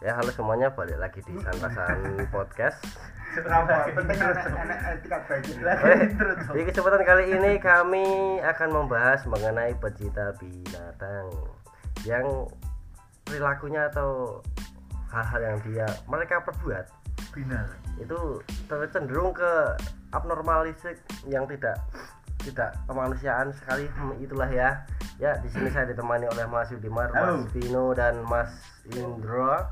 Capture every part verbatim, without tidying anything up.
Ya halo semuanya, balik lagi di Santasan Podcast. Di kesempatan kali ini kami akan membahas mengenai pecinta binatang yang perilakunya atau hal-hal yang dia mereka perbuat binatang itu cenderung ke abnormalistik yang tidak tidak kemanusiaan sekali. Hmm, itulah ya. Ya, di sini saya ditemani oleh Mas Yudimar, Mas Vino dan Mas Indro.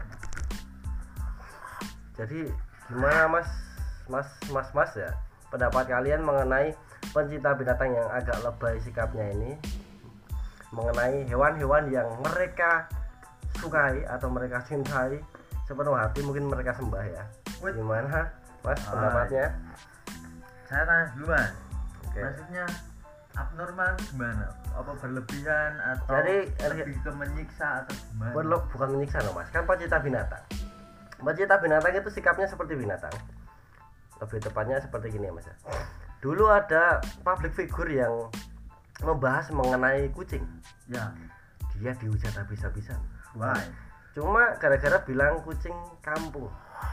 Jadi gimana Mas Mas Mas Mas ya pendapat kalian mengenai pencinta binatang yang agak lebay sikapnya ini, mengenai hewan-hewan yang mereka sukai atau mereka cintai sepenuh hati, mungkin mereka sembah ya. Gimana Mas pendapatnya? Saya tanya dulu Mas. Oke. Maksudnya abnormal itu gimana? Apa berlebihan atau Jadi, lebih ke menyiksa atau gimana? Bukan, bukan menyiksa loh Mas, kan pencinta binatang. Pencinta binatang itu sikapnya seperti binatang. Lebih tepatnya seperti gini ya Mas. Dulu ada public figure yang membahas mengenai kucing. Ya. Dia dihujat habis-habisan. Why? Cuma gara-gara bilang kucing kampung.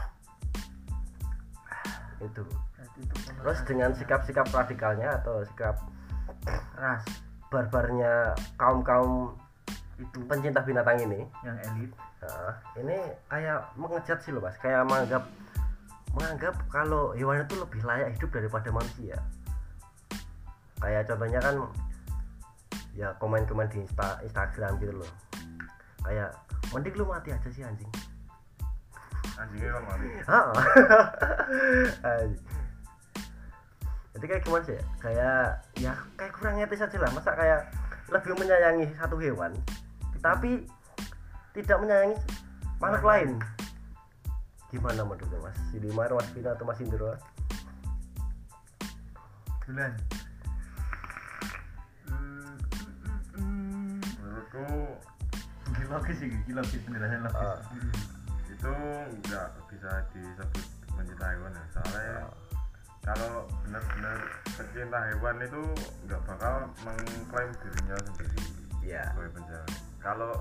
Itu. Terus dengan sikap-sikap radikalnya atau sikap ras barbarnya kaum-kaum itu pencinta binatang ini, yang elit. nah, ini kayak mengejat sih loh Mas, kayak menganggap menganggap kalau hewan itu lebih layak hidup daripada manusia. Kayak contohnya kan ya komen-komen di Insta, Instagram gitu loh, kayak mending lu mati aja sih anjing. Anjingnya kan mati. Jadi kayak gimana sih? Kayak ya kayak kurang etis aja lah. Masa kayak lebih menyayangi satu hewan tapi tidak menyayangi makhluk lain. Gimana menurutnya Mas Yudimar, Mas Vino atau Mas Indro? Bulan. Hmm, menurutku Gini logis sih, gini logis penjelasan logis. Uh, itu nggak bisa disebut pencinta hewan ya. Soalnya uh, kalau benar-benar pecinta hewan itu nggak bakal mengklaim dirinya sendiri ya. sebagai pencinta. Kalau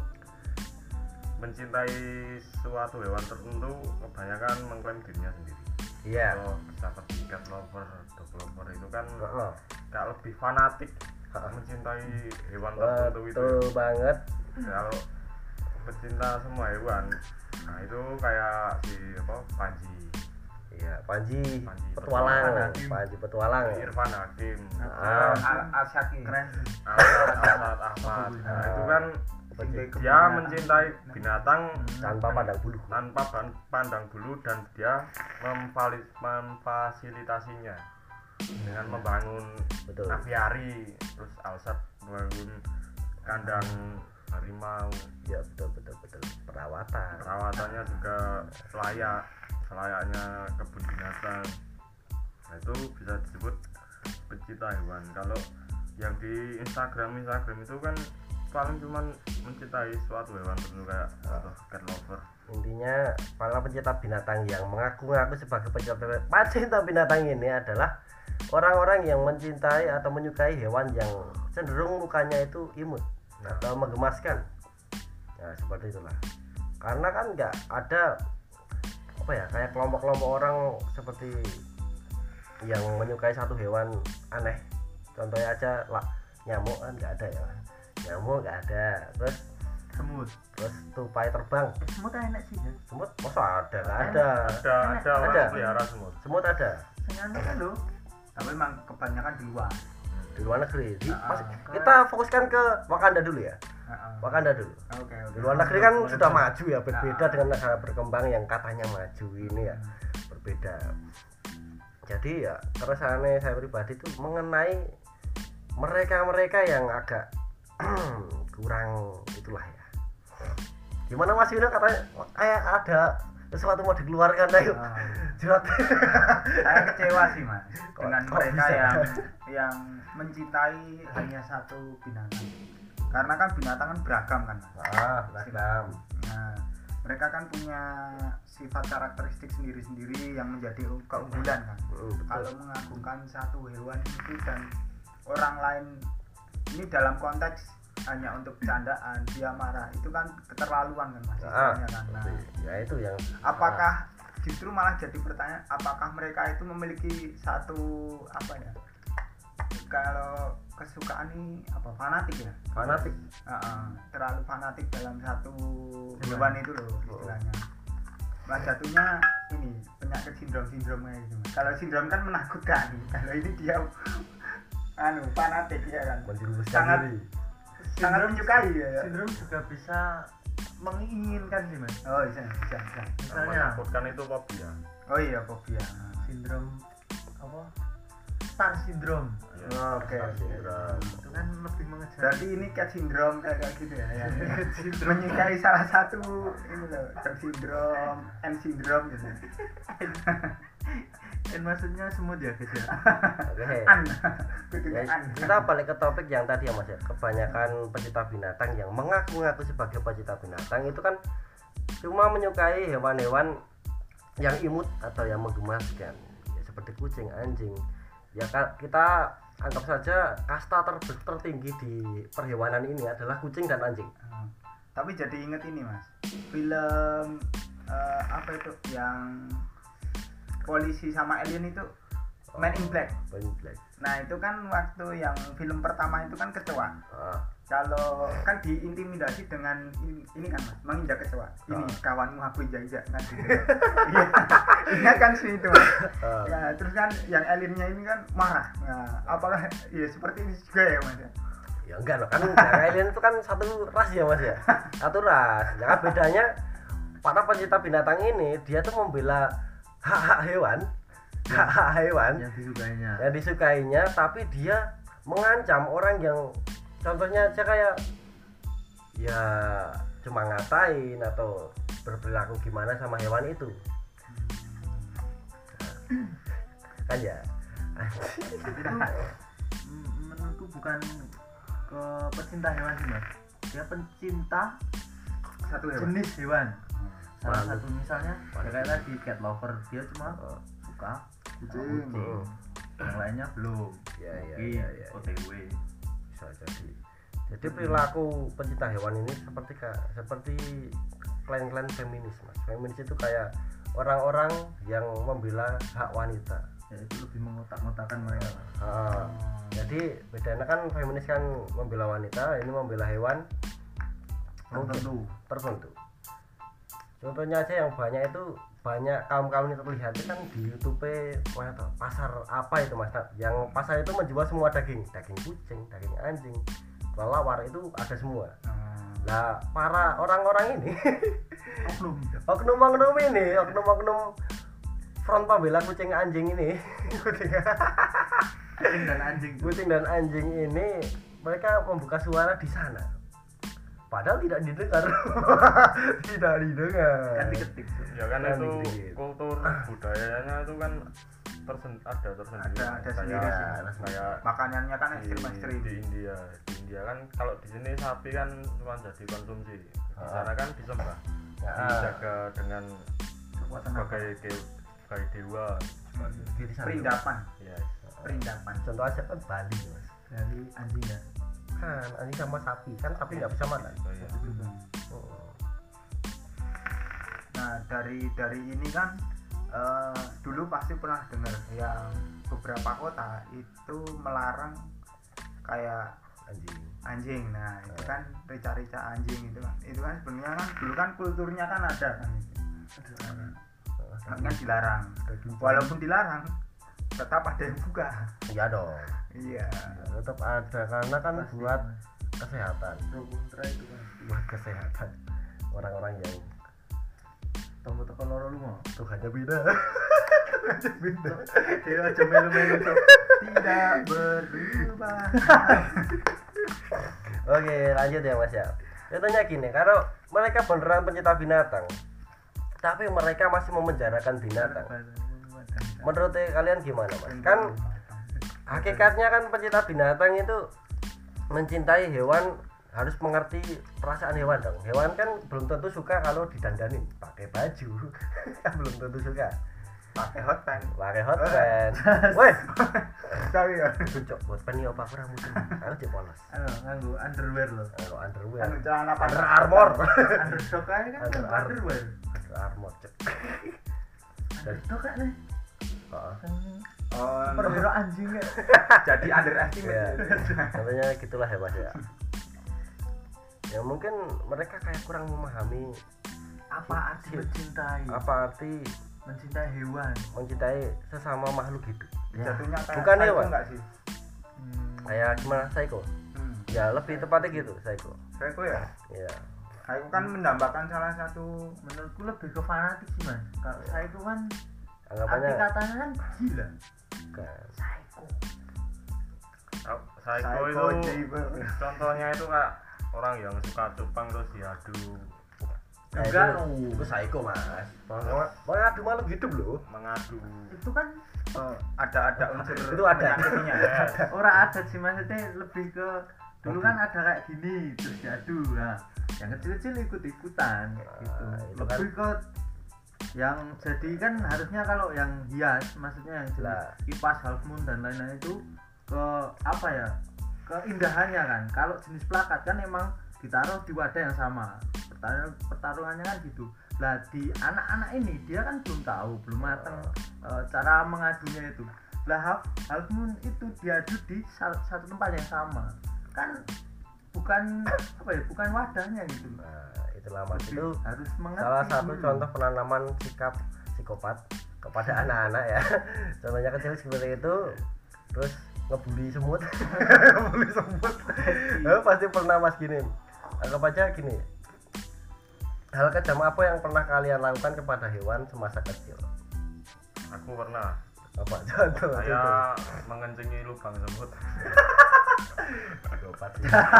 mencintai suatu hewan tertentu kebanyakan mengklaim dirinya sendiri. Iya. Kalau seperti cat lover, dog lover itu kan Uh-uh. kayak lebih fanatik Uh-uh. mencintai hewan tertentu itu. Betul banget. Kalau pecinta semua hewan, nah itu kayak si apa Panji, Iya, Panji, Panji petualang, Petualang. Panji petualang. Irfan Hakim, Ah. Al-Syaki. Keren. Ahmad Ahmad Ahmad. Nah, itu kan dia mencintai binatang Tanpa pandang bulu. tanpa pan- pandang bulu dan dia memfali- memfasilitasinya dengan membangun Betul. aviari, terus Alsat membangun kandang harimau, Ya betul betul betul. Perawatan. perawatannya juga layak selayaknya kebun binatang. Nah itu bisa disebut pencinta hewan. Kalau yang di Instagram Instagram itu kan paling cuman mencintai suatu hewan tertentu kayak atau cat lover. Intinya para pencinta binatang yang mengaku-ngaku sebagai pencinta pencinta binatang ini adalah orang-orang yang mencintai atau menyukai hewan yang cenderung mukanya itu imut atau menggemaskan. Nah seperti itulah. Karena kan nggak ada apa ya, kayak kelompok-kelompok orang seperti yang menyukai satu hewan aneh. Contohnya aja lah, nyamuk kan nggak ada ya. Nyamuk nggak ada. Terus Semut. terus tupai terbang. Semut enak sih ya. Semut masa ada? Nggak ada. Ada ada Ada. orang pelihara semut. Semut ada Senang kan lo. Tapi memang kebanyakan di luar. di luar negeri. Di, Ah, mas- ah. kita fokuskan ke Wakanda dulu ya. Heeh. Wakanda dulu. Oke, oke. Di luar negeri kan sudah maju ya, berbeda Ah. dengan negara berkembang yang katanya maju ini ya, berbeda. Jadi ya keresahannya saya pribadi itu mengenai mereka-mereka yang agak kurang itulah ya. Gimana Mas Vino, katanya kayak ada sesuatu mau dikeluarkan ayo. Ah. Jerat. Saya kecewa sih Mas Kok- dengan kok mereka bisa? yang yang mencintai hanya satu binatang. Karena kan binatang kan beragam kan Mas. Ah, beragam. Nah, mereka kan punya sifat karakteristik sendiri-sendiri yang menjadi keunggulan kan. Hmm, betul. Kalau mengagungkan satu hewan itu dan orang lain, ini dalam konteks hanya untuk candaan, dia marah, itu kan keterlaluan kan Mas Ah, istilahnya kan. Nah, ya itu yang apakah justru malah jadi pertanyaan, apakah mereka itu memiliki satu apa ya, kalau kesukaan ini apa, fanatik ya, fanatik. uh, terlalu fanatik dalam satu hewan itu loh istilahnya. Nah jatuhnya ini penyakit sindrom sindrom kayak gitu. Kalau sindrom kan menakutkan, kalau ini dia anu fanatik ya kan, Menjerumuskan sangat diri. sangat menyukai ya, ya. Sindrom juga bisa menginginkan sih Mas. Oh bisa bisa bisa. Misalnya menakutkan itu fobia. Oh iya fobia. sindrom apa? Star syndrome. Oh, Oke. sindrom. Itu kan lebih mengejar. Berarti ini cat syndrome kayak kayak gitu ya. ya. Syndrome. Menyukai salah satu ini loh, Down syndrome, N syndrome gitu. Dan maksudnya semut ya guys ya. Oke. An. Ya, Kudunya an. kita balik ke topik yang tadi ya Mas ya. Kebanyakan pecinta binatang yang mengaku-ngaku sebagai pecinta binatang itu kan cuma menyukai hewan-hewan yang imut atau yang menggemaskan. Ya, seperti kucing, anjing. Ya ka- kita anggap saja kasta ter- tertinggi di perhewanan ini adalah kucing dan anjing. Ah, tapi jadi inget ini Mas, film eh, apa itu yang polisi sama alien itu, Man in Black. Man in Black. Nah itu kan waktu yang film pertama itu kan kecoa. Ah, Kalau kan diintimidasi dengan ini, ini kan Mas, menginjak kecoa. Ini Ah. kawanmu aku injak-injak kan gitu. Iya. Ingat kan sih itu Mas. ah. Ya, terus kan yang aliennya ini kan marah. Nah, apakah ya seperti ini juga ya Mas ya? Ya enggak loh, kan yang alien itu kan satu ras ya Mas ya. Satu ras. Ya kan bedanya para pencinta binatang ini dia tuh membela hak-hak hewan, hak-hak hewan Yang disukainya. yang disukainya, tapi dia mengancam orang yang contohnya aja kayak ya cuma ngatain atau berperilaku gimana sama hewan itu. Kan ya. Itu mm, menurutku bukan ke pecinta hewan sih Mas. Dia pencinta Satu hewan. jenis hewan. Salah Malu. satu misalnya ya kayak tadi cat lover, dia cuma Oh, suka Kucing. kucing. yang lainnya belum. Ya, ya, Mungkin ya, ya. O T W. Bisa jadi. Jadi perilaku pencinta hewan ini seperti ka- seperti klan-klan feminis Mas. Feminis itu kayak orang-orang yang membela hak wanita. Ya itu lebih mengotak-ngotakan mereka. Ah, jadi bedanya kan feminis kan membela wanita, ini membela hewan Tertentu. tertentu. Contohnya aja yang banyak itu banyak kaum-kaum ini terlihat itu kan di YouTube mana tuh, pasar apa itu Mas? Yang pasar itu menjual semua daging, daging kucing, daging anjing, kelelawar itu ada semua. Ah. Nah, para orang-orang ini Oknum. oknum-oknum ini, oknum-oknum front pembela kucing anjing ini, kucing Kucing dan anjing. kucing dan anjing ini mereka membuka suara di sana. Padahal tidak didengar. Tidak didengar. Kan diketik. Ya kan Kan itu dikit-dikit. kultur budayanya itu kan tersen ada tersendiri. Ada- ada kayak sendiri sih. kayak Makanannya kan di, ekstrim-ekstrim. di India. Di India kan kalau di sini sapi kan cuma jadi konsumsi. Di Ah. sana kan disembah, Ya, dijaga dengan Kekuatan apa? sebagai de- sebagai dewa. di sana. Perindapan, Ya. perindapan. Contoh aja kan Bali Mas. Dari anjing ya. Kan anjing sama sapi kan sapi nggak bisa makan. Kayak Oh. Nah dari dari ini kan eh, dulu pasti pernah dengar yang beberapa kota itu melarang kayak Anjing. anjing. Nah itu kan rica-rica anjing itu kan, itu kan sebenarnya kan dulu kan kulturnya kan ada kan itu. Tapi kan dilarang. Walaupun dilarang tetap ada yang buka. Iya dong. Iya. Tetap ada karena kan Pasti. buat kesehatan, Pro kontra itu kan. buat kesehatan orang-orang yang Tombol toko loro lu mau. Tuhannya beda. Tuhannya beda. Dia aja melu-melu Cok. Tidak berubah. Oke, lanjut ya Mas ya. Contohnya gini, kalau mereka beneran pencinta binatang, tapi mereka masih memenjarakan binatang. Menurut kalian gimana Mas? Kan hakikatnya kan pencinta binatang itu mencintai hewan harus mengerti perasaan hewan dong. Hewan kan belum tentu suka kalau didandanin pakai baju. Kan belum tentu suka. pakai hot pen pakai hot pen. Weh, sorry ya cocok buat pen apa kurang musim. Aku cek polos. Anu nganggo underwear loh. Kalau underwear. anu celana Under panas Armour. Underdog aja kan Under nganggo Armour. underwear. Under Armour cek. Underdog kan nih. Heeh. oh Perwira anjing ya. jadi Ya, underestimate contohnya gitulah ya Mas ya. Ya mungkin mereka kayak kurang memahami Apa arti mencintai? apa arti Mencintai hewan. mencintai sesama makhluk hidup. jatuhnya kayak Bukan ya, psycho Pak? enggak sih Hmm. Kayak gimana psycho? hmm. Ya lebih tepatnya gitu psycho. psycho ya Ya. aku kan mendambakan salah satu Menurutku lebih ke fanatik sih mas. Kalau saya itu kan arti Anggapannya katanya kan gila. bukan. Psycho. Oh, Psycho psycho itu jiwa. contohnya itu kayak orang yang suka cupang terus diadu Nah, Enggak itu, loh. itu psycho Mas. Mau- Mengadu makhluk hidup loh. mengadu Itu kan Oh, ada ada unsur Itu ada. menyakitinya. orang adat sih maksudnya lebih ke dulu kan ada kayak gini terus diadu nah yang kecil-kecil ikut-ikutan kayak gitu Ah, itu lebih ke yang jadi kan harusnya kalau yang hias maksudnya yang Lah. jelas kipas half moon dan lain-lain itu ke apa ya keindahannya kan kalau jenis plakat kan emang ditaruh di wadah yang sama pertarungan pertarungannya kan gitu lah di anak-anak ini dia kan belum tahu belum matang eh, cara mengadunya itu lah half, half moon itu diadu di sal- satu tempat yang sama kan bukan apa ya bukan wadahnya gitu Nah, itulah Mas itu harus mengerti salah satu dulu. contoh penanaman sikap psikopat kepada anak-anak ya. Contohnya kecil seperti itu terus ngebully semut. Ngebully semut. Eh, pasti pernah Mas gini. Anggap aja gini. Hal kejam apa yang pernah kalian lakukan kepada hewan semasa kecil? aku pernah Apa contoh? saya mengencengi lubang semut Psikopat.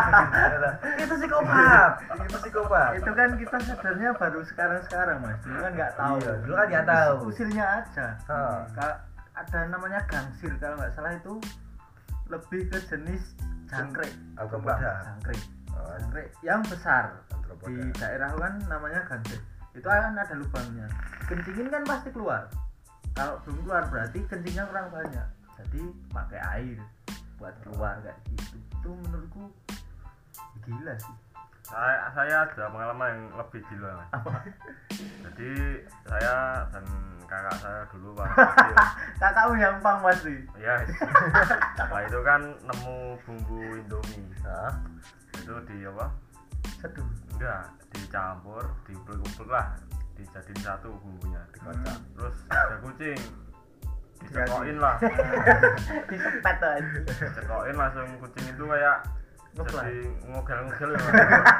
Itu psikopat. Itu psikopat. itu kan kita sadarnya baru sekarang-sekarang mas dulu kan nggak tahu Iya, dulu kan nggak tahu. usilnya aja Ha. Ka- ada namanya gangsir kalau nggak salah itu lebih ke jenis jangkrik Antropoda. jangkrik Oh, jangkrik yang besar Antropoda. di daerah kan namanya gangsir itu akan ada lubangnya kencingin kan pasti keluar kalau belum keluar berarti kencingnya kurang banyak jadi pakai air buat keluar kayak gitu itu menurutku gila sih saya saya ada pengalaman yang lebih gila Mas. Jadi saya dan kakak saya dulu pas kecil kakakmu yang pang pasti ya setelah itu kan nemu bumbu indomie Hah? itu di apa seduh enggak dicampur diumpul-umpul lah dijadiin satu bumbunya dikocok Hmm. terus ada kucing dicekokin lah disepet aja dicekokin langsung kucing itu kayak Ngeplak. jadi ngogel-ngogel ya.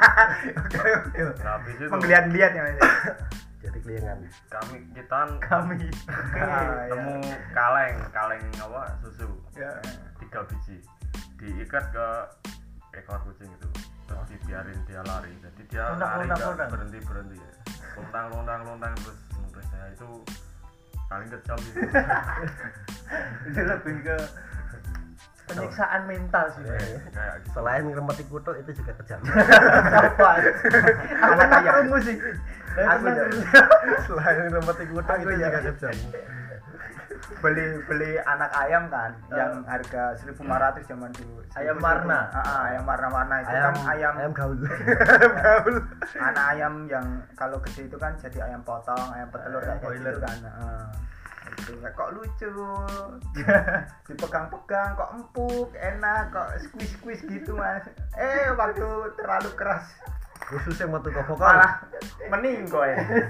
Nah, habis itu menggeliat-geliat ya Mas. Jadi kelingan. kami kita kami Ah, ya. nemu kaleng kaleng apa susu Ya. tiga biji diikat ke ekor kucing itu terus dibiarin dia lari jadi dia Lontang, lari lontang, nggak lontang. berhenti berhenti ya lontang lontang lontang terus menurut saya itu paling kejam itu itu lebih ke penyiksaan mental sih Iya, Mas. iya. kayak gitu. Selain ngeremeti kutu itu juga kejam. apa aku Anak nak ayam. krungu sih Aku Aku ya. Selain ngeremeti kutu Aku itu ya. juga kejam. beli beli anak ayam kan Eh. yang harga seribu lima ratus zaman dulu Ayam Seribu- warna. Ah, ah, ayam warna-warna itu Ayam kan ayam ayam gaul. anak ayam yang kalau gede itu kan jadi ayam potong ayam petelur Ayam kayak boiler. gitu kan Heeh. Itu kok lucu dipegang-pegang kok empuk enak kok squeeze squeeze gitu mas eh waktu terlalu keras Khusus yang metu ke vokal. malah meninggoy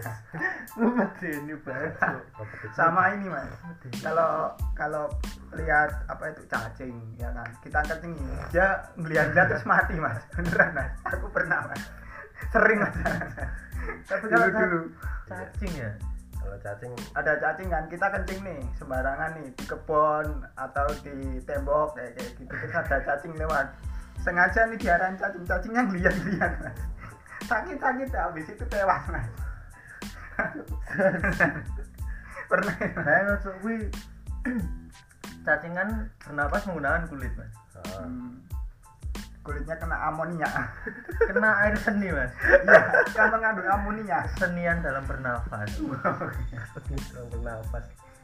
medeni banget sama ini mas kalau kalau lihat apa itu cacing ya kan kita kencing dia ngeliat-liat terus mati mas beneran mas aku pernah mas sering mas tapi dulu kalau dulu cacing ya Kalau cacing ada cacing kan kita kencing nih sembarangan nih di kebun atau di tembok kayak kayak gitu terus ada cacing lewat sengaja nih diarahin cacing cacingnya ngeliat-ngeliat mas sakit sakit habis itu tewas mas pernah saya masuk gue cacing kan bernapas menggunakan kulit mas ah, Hmm, kulitnya kena amonia kena air seni mas iya kan mengandung amonia senian dalam bernafas sedang bernafas.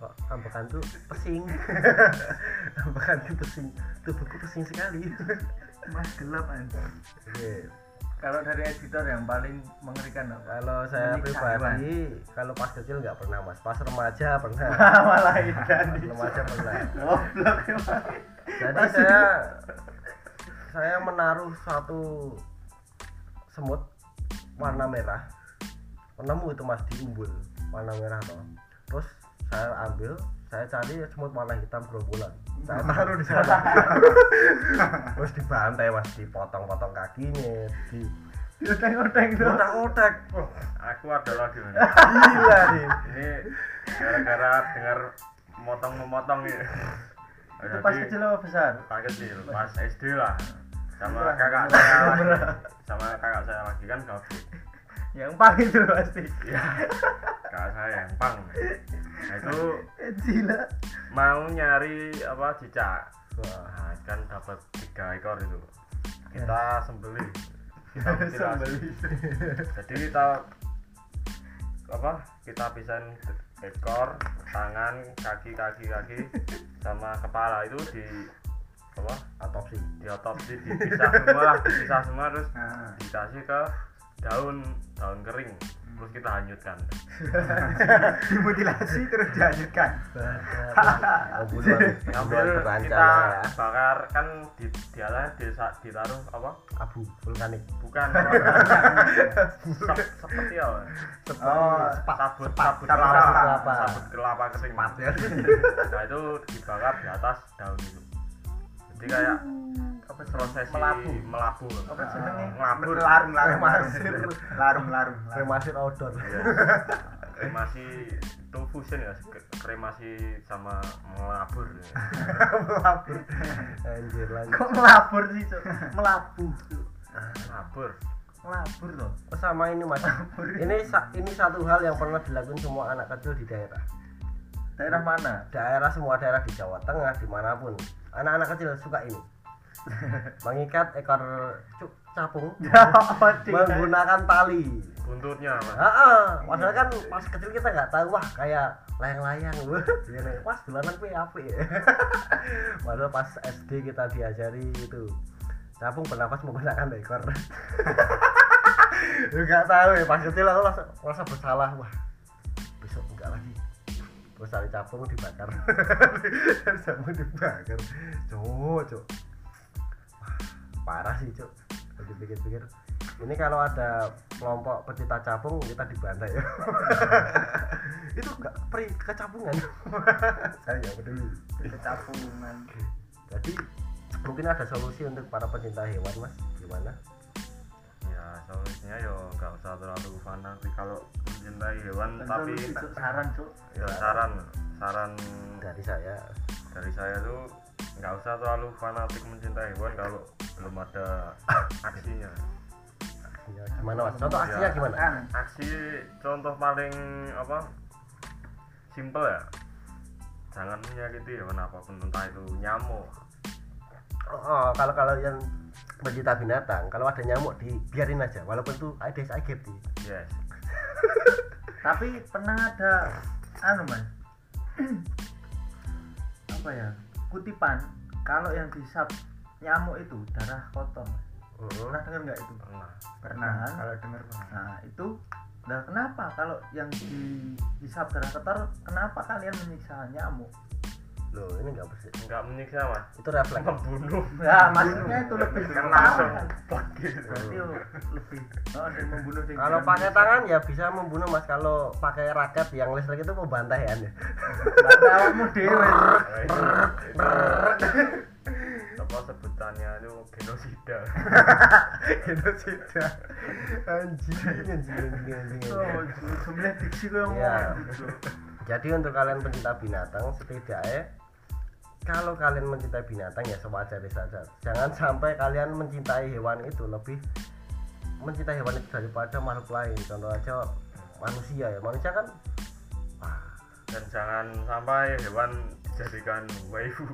kok ambekan tuh pesing. Ambekan tuh pesing, tubuhku pesing sekali. Mas gelap anjir. Oke. Kalau dari editor yang paling mengerikan apa? Kalau saya Menyiksa pribadi, kalau pas kecil nggak pernah mas, pas remaja pernah. Malah ikan Pas remaja pernah. goblok emang. Jadi saya saya menaruh satu semut warna merah, penemu itu mas di umbul warna merah toh. Terus saya ambil, saya cari semut warna hitam gerombolan, saya taruh di sana. Terus dibantai mas, dipotong-potong kakinya, di Oteng-oteng tuh. otak-otak. Oh, aku ada lagi nih. Gila nih. Ini gara-gara dengar memotong-memotong ya. Itu pas kecil apa besar? Pas kecil, pas S D lah. Sama kakak saya lagi. Sama kakak saya lagi kan gabut. Yang pang itu pasti. Iya. Kakak saya yang pang. Nah itu Gila. mau nyari apa cicak. Wah, Nah, kan dapat tiga ekor itu. Kita sembelih. Kita mutilasi. Jadi kita apa? Kita pisahin ekor, tangan, kaki, kaki, kaki sama kepala itu di apa? otopsi. Di otopsi, dipisah semua lah, dipisah semua terus Nah, dikasih ke daun daun kering terus kita hanyutkan. dimutilasi terus dilanjutkan. Pembunuhan Ngambil kita berencana ya. bakar kan di dialah desa ditaruh apa? Abu vulkanik. Bukan Sep, seperti apa? Oh, sabut sepat, sabut sabut kelapa kelapa. sabut kelapa kering. Ya. Nah itu dibakar di atas daun itu. Jadi kayak apa prosesi Melabu. melabu. Apa jenenge? Ngelabur. larung larung Kremasir. larung larung larung. Kremasi outdoor. Iya. Kremasi itu fusion ya, ke- kremasi sama melabur. Melabur. Anjir lanjut. Kok melabur sih, Cuk? Melabu. Melabur. Melabur loh. Oh, sama ini mas. Ini sa- ini satu hal yang pernah dilakukan semua anak kecil di daerah. Daerah mana? Daerah semua daerah di Jawa Tengah dimanapun. Anak-anak kecil suka ini. Mengikat ekor cuk capung menggunakan tali. Buntutnya Mas. Heeh, padahal kan pas kecil kita nggak tahu wah kayak layang-layang wah gini pas dolanan kuwi apik ya. Padahal pas S D kita diajari itu capung bernapas menggunakan ekor. Enggak tahu ya pas kecil aku merasa, merasa bersalah wah besok enggak lagi. Terus tali capung dibakar. Capung dibakar. Cuk, cuk. Wah, parah sih, cuk. Kalau dipikir-pikir ini kalau ada kelompok pecinta capung kita dibantai ya. Itu enggak pri kecabungan. Saya enggak peduli. Kecapungan. Jadi mungkin ada solusi untuk para pecinta hewan mas, gimana? Ya solusinya yo nggak usah terlalu fanatik kalau mencintai hewan tapi Solusi, Cuk. Saran, Cuk. ya saran saran Dari saya dari saya tuh nggak usah terlalu fanatik mencintai hewan kalau belum ada aksinya. ya, gimana mas? Contoh aksinya Ya. gimana? Aksi contoh paling apa simple ya, jangan menyakiti hewan apapun, entah itu nyamuk. Oh, oh, kalau kalau yang pecinta binatang, kalau ada nyamuk dibiarin aja, walaupun itu Aedes aegypti. Yes. Tapi pernah ada anu mas apa ya kutipan kalau yang disap nyamuk itu darah kotor mas. Uh-huh. Pernah dengar nggak itu? Pernah. Pernah Nah. kalau denger pernah. Nah itu nah kenapa kalau yang dihisap darah kotor kenapa kalian menyiksa nyamuk? Loh, ini enggak bersih. Nggak menyiksa mas, Itu refleks. membunuh. Nah maksudnya itu lebih Kan parah, langsung kan? pot gitu. Berarti lebih oh, ada yang membunuh dengan Kalau pakai menyiksa. tangan ya bisa membunuh mas. Kalau pakai raket yang listrik itu membantaian ya. Berarti awakmu dhewe. Nah, itu, itu apa sebutannya itu genosida. Genosida. Anjing, anjing, anjing, anjing. Oh, jumlah diksi kok yang Iya. ngomong. Jadi untuk kalian pencinta binatang setidaknya kalau kalian mencintai binatang ya sewajarnya saja. Jangan sampai kalian mencintai hewan itu lebih mencintai hewan itu daripada makhluk lain. Contoh aja manusia ya. Manusia kan wah, Dan jangan sampai hewan dijadikan waifu.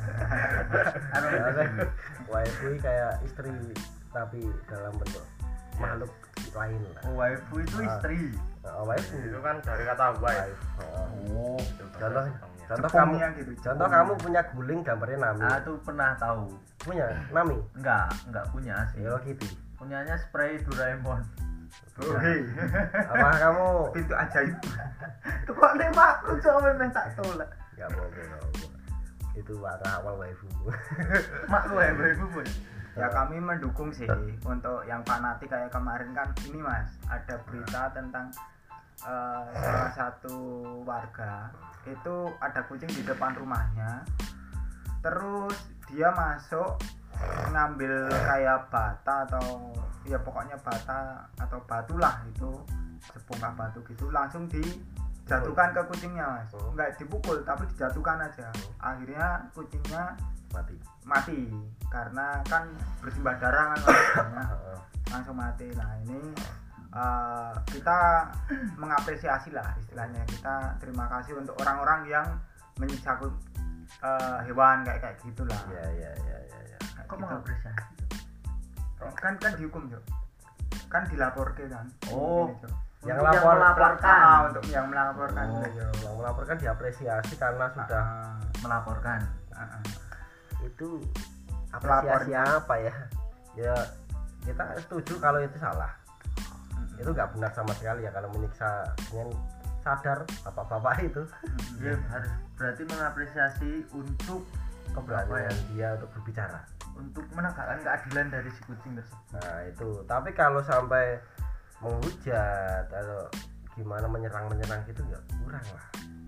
waifu kayak istri tapi dalam bentuk makhluk lain lah. Waifu itu Ah. istri. Nah, waifu Itu kan dari kata wife. Oh. Oh. Itu bahasa Contoh, Jepangnya. contoh kamu, Cepungnya gitu, contoh cepungnya. kamu punya guling gambarnya Nami, Ah, tuh pernah tahu. punya Nami, Enggak, enggak punya sih. Hello Kitty. Punyanya spray Doraemon. Oh, hei. Apa kamu? Pintu ajaib. Tuh kok nembakku sampe men tak tolak. Gak boleh, gak boleh. Itu warna awal waifu. Mak gue waifu pun. Ya kami mendukung sih untuk yang fanatik kayak kemarin kan ini Mas, ada berita tentang eh, salah satu warga itu ada kucing di depan rumahnya. Terus dia masuk ngambil kayak bata atau ya pokoknya bata atau batu lah itu sebongkah batu gitu langsung dijatuhkan ke kucingnya Mas. Enggak dipukul tapi dijatuhkan aja. Akhirnya kucingnya Mati. mati karena kan bersimbah darah kan maksudnya langsung mati. Nah ini uh, kita mengapresiasi lah istilahnya, kita terima kasih untuk orang-orang yang menyiksa uh, hewan kayak kayak gitulah. Iya, iya, iya, iya. Ya. Kok Gitu. mengapresiasi? kan kan dihukum Jok, kan dilaporkan kan. Oh. Ini, Jok. Yang Untuk lapor- melaporkan. Ah, untuk yang melaporkan Oh, ini, Jok. yang melaporkan diapresiasi karena sudah Ah, Melaporkan. ah, ah. itu apresiasi apa ya? Ya kita setuju kalau itu salah. Mm-mm. Itu nggak benar sama sekali ya kalau menyiksa dengan sadar bapak-bapak itu Ya harus berarti mengapresiasi untuk keberanian Apa ya? dia untuk berbicara. untuk menegakkan keadilan dari si kucing tersebut. Nah itu, tapi kalau sampai menghujat atau gimana menyerang-menyerang gitu nggak kurang lah.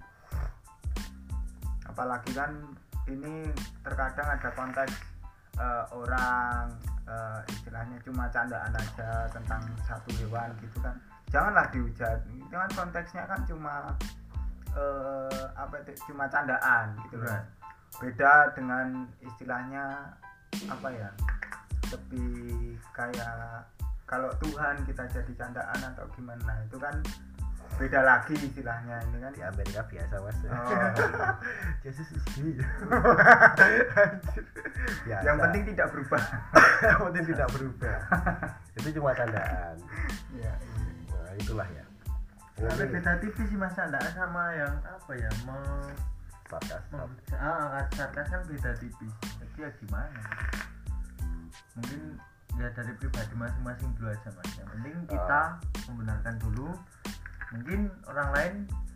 Apalagi kan ini terkadang ada konteks eh, orang eh, istilahnya cuma candaan aja tentang satu hewan gitu kan, janganlah dihujat. Itu kan konteksnya kan cuma eh, apa itu cuma candaan gitu loh. Right. Beda dengan istilahnya apa ya, lebih kayak kalau Tuhan kita jadi candaan atau gimana, itu kan beda lagi istilahnya. Ini kan Di Amerika biasa mas. Oh. Jesus is here. Biasa. yang penting tidak berubah. yang penting tidak berubah. Itu cuma candaan. Ya, iya. Nah itulah ya. Tapi Ini beda tipis sih mas, enggak sama yang apa ya mau podcast. mem- ah sarkas kan beda tipis. Jadi ya gimana? Mungkin ya dari pribadi masing-masing dulu aja mas. Yang penting kita membenarkan dulu. Mungkin orang lain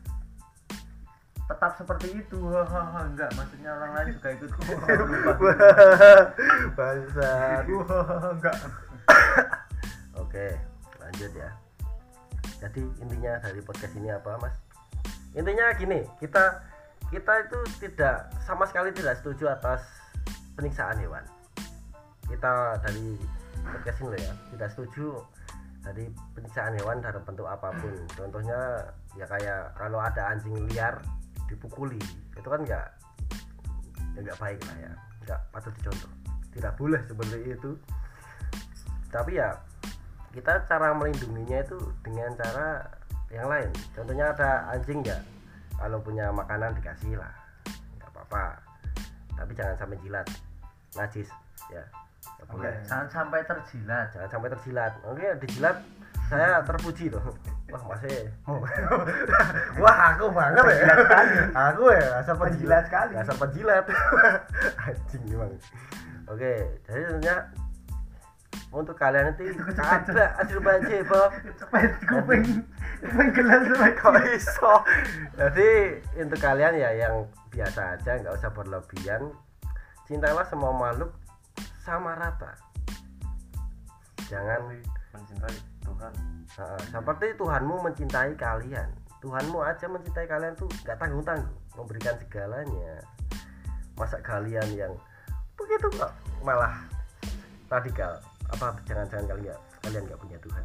tetap seperti itu, hahaha, enggak, maksudnya orang lain juga ikut berubah. Bangsat. Wah, enggak. Oke, lanjut ya. Jadi intinya dari podcast ini apa, Mas? Intinya gini, kita kita itu tidak sama sekali tidak setuju atas penyiksaan hewan. Kita dari podcast ini loh ya, tidak setuju dari penyiksaan hewan dalam bentuk apapun. Contohnya ya kayak kalau ada anjing liar dipukuli, itu kan enggak ya enggak baik lah ya, enggak patut dicontoh. Tidak boleh seperti itu. Tapi ya kita cara melindunginya itu dengan cara yang lain. Contohnya ada anjing ya, kalau punya makanan dikasih lah, nggak apa-apa. Tapi jangan sampai jilat, najis ya. Nggak boleh. Oke. Jangan sampai terjilat. Jangan sampai terjilat. Oke, dijilat saya terpuji loh. Wah masih. Wah aku banget ya. Aku ya asal penjilat sekali. Asal penjilat. Anjing memang. Oke, jadi sebenarnya untuk kalian nanti ada hasil baca Bob. Cepet kuping, kuping gelas Kok iso? Jadi untuk kalian ya yang biasa aja, nggak usah berlebihan. Cintailah semua makhluk sama rata. Jangan mencintai Tuhan. uh, seperti Tuhanmu mencintai kalian. Tuhanmu aja mencintai kalian tuh nggak tanggung-tanggung, memberikan segalanya. Masa kalian yang begitu kok malah radikal? Apa jangan-jangan kalian kalian nggak punya Tuhan?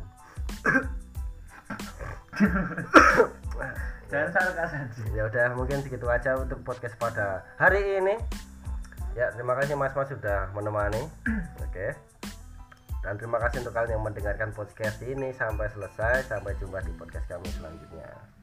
Jangan sarkas aja. Ya udah mungkin segitu aja untuk podcast pada hari ini. Ya terima kasih mas-mas sudah menemani. Oke. Dan terima kasih untuk kalian yang mendengarkan podcast ini sampai selesai. Sampai jumpa di podcast kami selanjutnya.